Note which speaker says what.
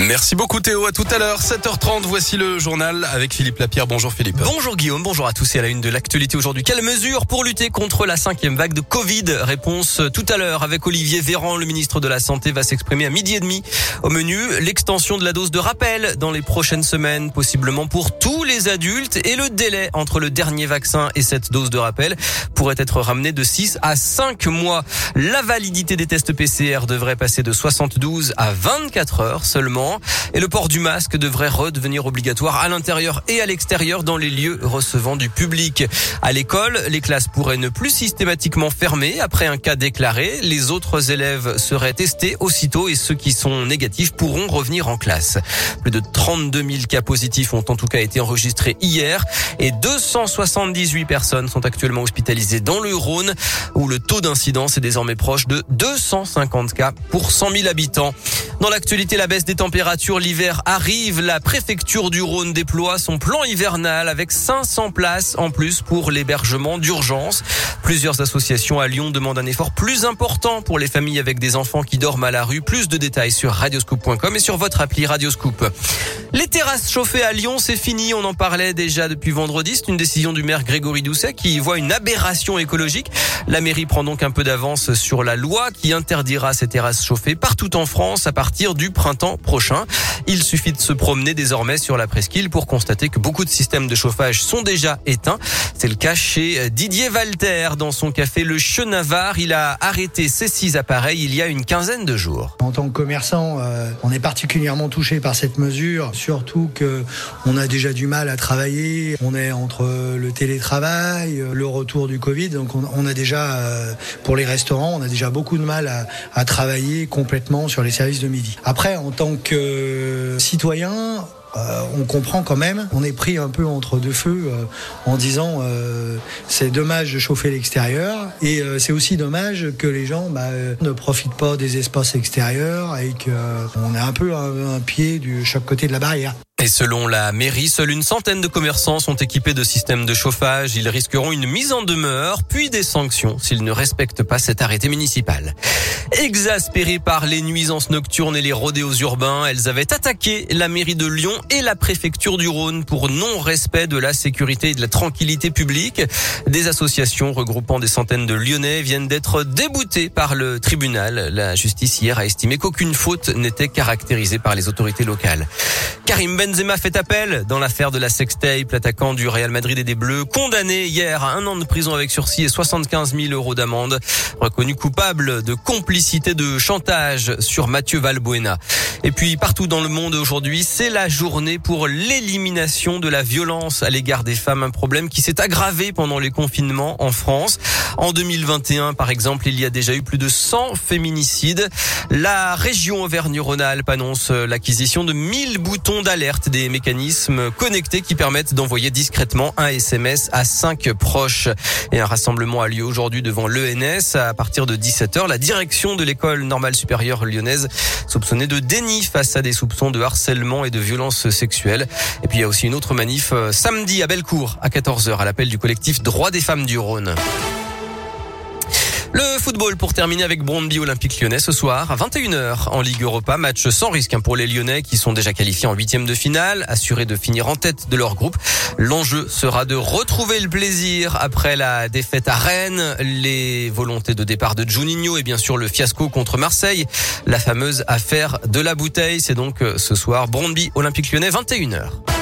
Speaker 1: Merci beaucoup Théo, à tout à l'heure, 7h30, voici le journal avec Philippe Lapierre. Bonjour Philippe.
Speaker 2: Bonjour Guillaume, bonjour à tous et à la une de l'actualité aujourd'hui. Quelles mesures pour lutter contre la 5e vague de Covid? Réponse tout à l'heure avec Olivier Véran, le ministre de la Santé va s'exprimer à 12h30. Au menu, l'extension de la dose de rappel dans les prochaines semaines, possiblement pour tous les adultes, et le délai entre le dernier vaccin et cette dose de rappel pourrait être ramené de 6 à 5 mois. La validité des tests PCR devrait passer de 72 à 24 heures seulement. Et le port du masque devrait redevenir obligatoire à l'intérieur et à l'extérieur dans les lieux recevant du public. À l'école, les classes pourraient ne plus systématiquement fermer après un cas déclaré. Les autres élèves seraient testés aussitôt et ceux qui sont négatifs pourront revenir en classe. Plus de 32 000 cas positifs ont en tout cas été enregistrés hier et 278 personnes sont actuellement hospitalisées dans le Rhône où le taux d'incidence est désormais proche de 250 cas pour 100 000 habitants. Dans l'actualité, la baisse des températures, l'hiver arrive. La préfecture du Rhône déploie son plan hivernal avec 500 places en plus pour l'hébergement d'urgence. Plusieurs associations à Lyon demandent un effort plus important pour les familles avec des enfants qui dorment à la rue. Plus de détails sur radioscoop.com et sur votre appli Radioscoop. Les terrasses chauffées à Lyon, c'est fini. On en parlait déjà depuis vendredi. C'est une décision du maire Grégory Doucet qui voit une aberration écologique. La mairie prend donc un peu d'avance sur la loi qui interdira ces terrasses chauffées partout en France à partir du printemps prochain. Il suffit de se promener désormais sur la presqu'île pour constater que beaucoup de systèmes de chauffage sont déjà éteints. C'est le cas chez Didier Walter dans son café Le Chenavard. Il a arrêté ces 6 appareils il y a une quinzaine de jours.
Speaker 3: En tant que commerçant, on est particulièrement touché par cette mesure, surtout que on a déjà du mal à travailler. On est entre le télétravail, le retour du Covid, donc on a déjà, pour les restaurants, on a déjà beaucoup de mal à travailler complètement sur les services de midi. Après, en tant que citoyen, on comprend quand même, on est pris un peu entre deux feux en disant c'est dommage de chauffer l'extérieur et c'est aussi dommage que les gens ne profitent pas des espaces extérieurs et qu'on est un peu un pied de chaque côté de la barrière.
Speaker 2: Et selon la mairie, seule une centaine de commerçants sont équipés de systèmes de chauffage. Ils risqueront une mise en demeure, puis des sanctions s'ils ne respectent pas cet arrêté municipal. Exaspérées par les nuisances nocturnes et les rodéos urbains, elles avaient attaqué la mairie de Lyon et la préfecture du Rhône pour non-respect de la sécurité et de la tranquillité publique. Des associations regroupant des centaines de Lyonnais viennent d'être déboutées par le tribunal. La justice hier a estimé qu'aucune faute n'était caractérisée par les autorités locales. Karim Benzema fait appel dans l'affaire de la sextape. L'attaquant du Real Madrid et des Bleus, condamné hier à 1 an de prison avec sursis et 75 000 € d'amende, reconnu coupable de complicité de chantage sur Mathieu Valbuena. Et puis partout dans le monde aujourd'hui, c'est la journée pour l'élimination de la violence à l'égard des femmes, un problème qui s'est aggravé pendant les confinements en France. En 2021, par exemple, il y a déjà eu plus de 100 féminicides. La région Auvergne-Rhône-Alpes annonce l'acquisition de 1000 boutons d'alerte, des mécanismes connectés qui permettent d'envoyer discrètement un SMS à 5 proches. Et un rassemblement a lieu aujourd'hui devant l'ENS à partir de 17h. La direction de l'école normale supérieure lyonnaise soupçonnée de déni face à des soupçons de harcèlement et de violence sexuelle. Et puis il y a aussi une autre manif samedi à Bellecour à 14h à l'appel du collectif Droits des femmes du Rhône. Le football pour terminer avec Brøndby Olympique Lyonnais ce soir à 21h en Ligue Europa. Match sans risque pour les Lyonnais qui sont déjà qualifiés en 8e de finale, assurés de finir en tête de leur groupe. L'enjeu sera de retrouver le plaisir après la défaite à Rennes, les volontés de départ de Juninho et bien sûr le fiasco contre Marseille. La fameuse affaire de la bouteille, c'est donc ce soir Brøndby Olympique Lyonnais 21h.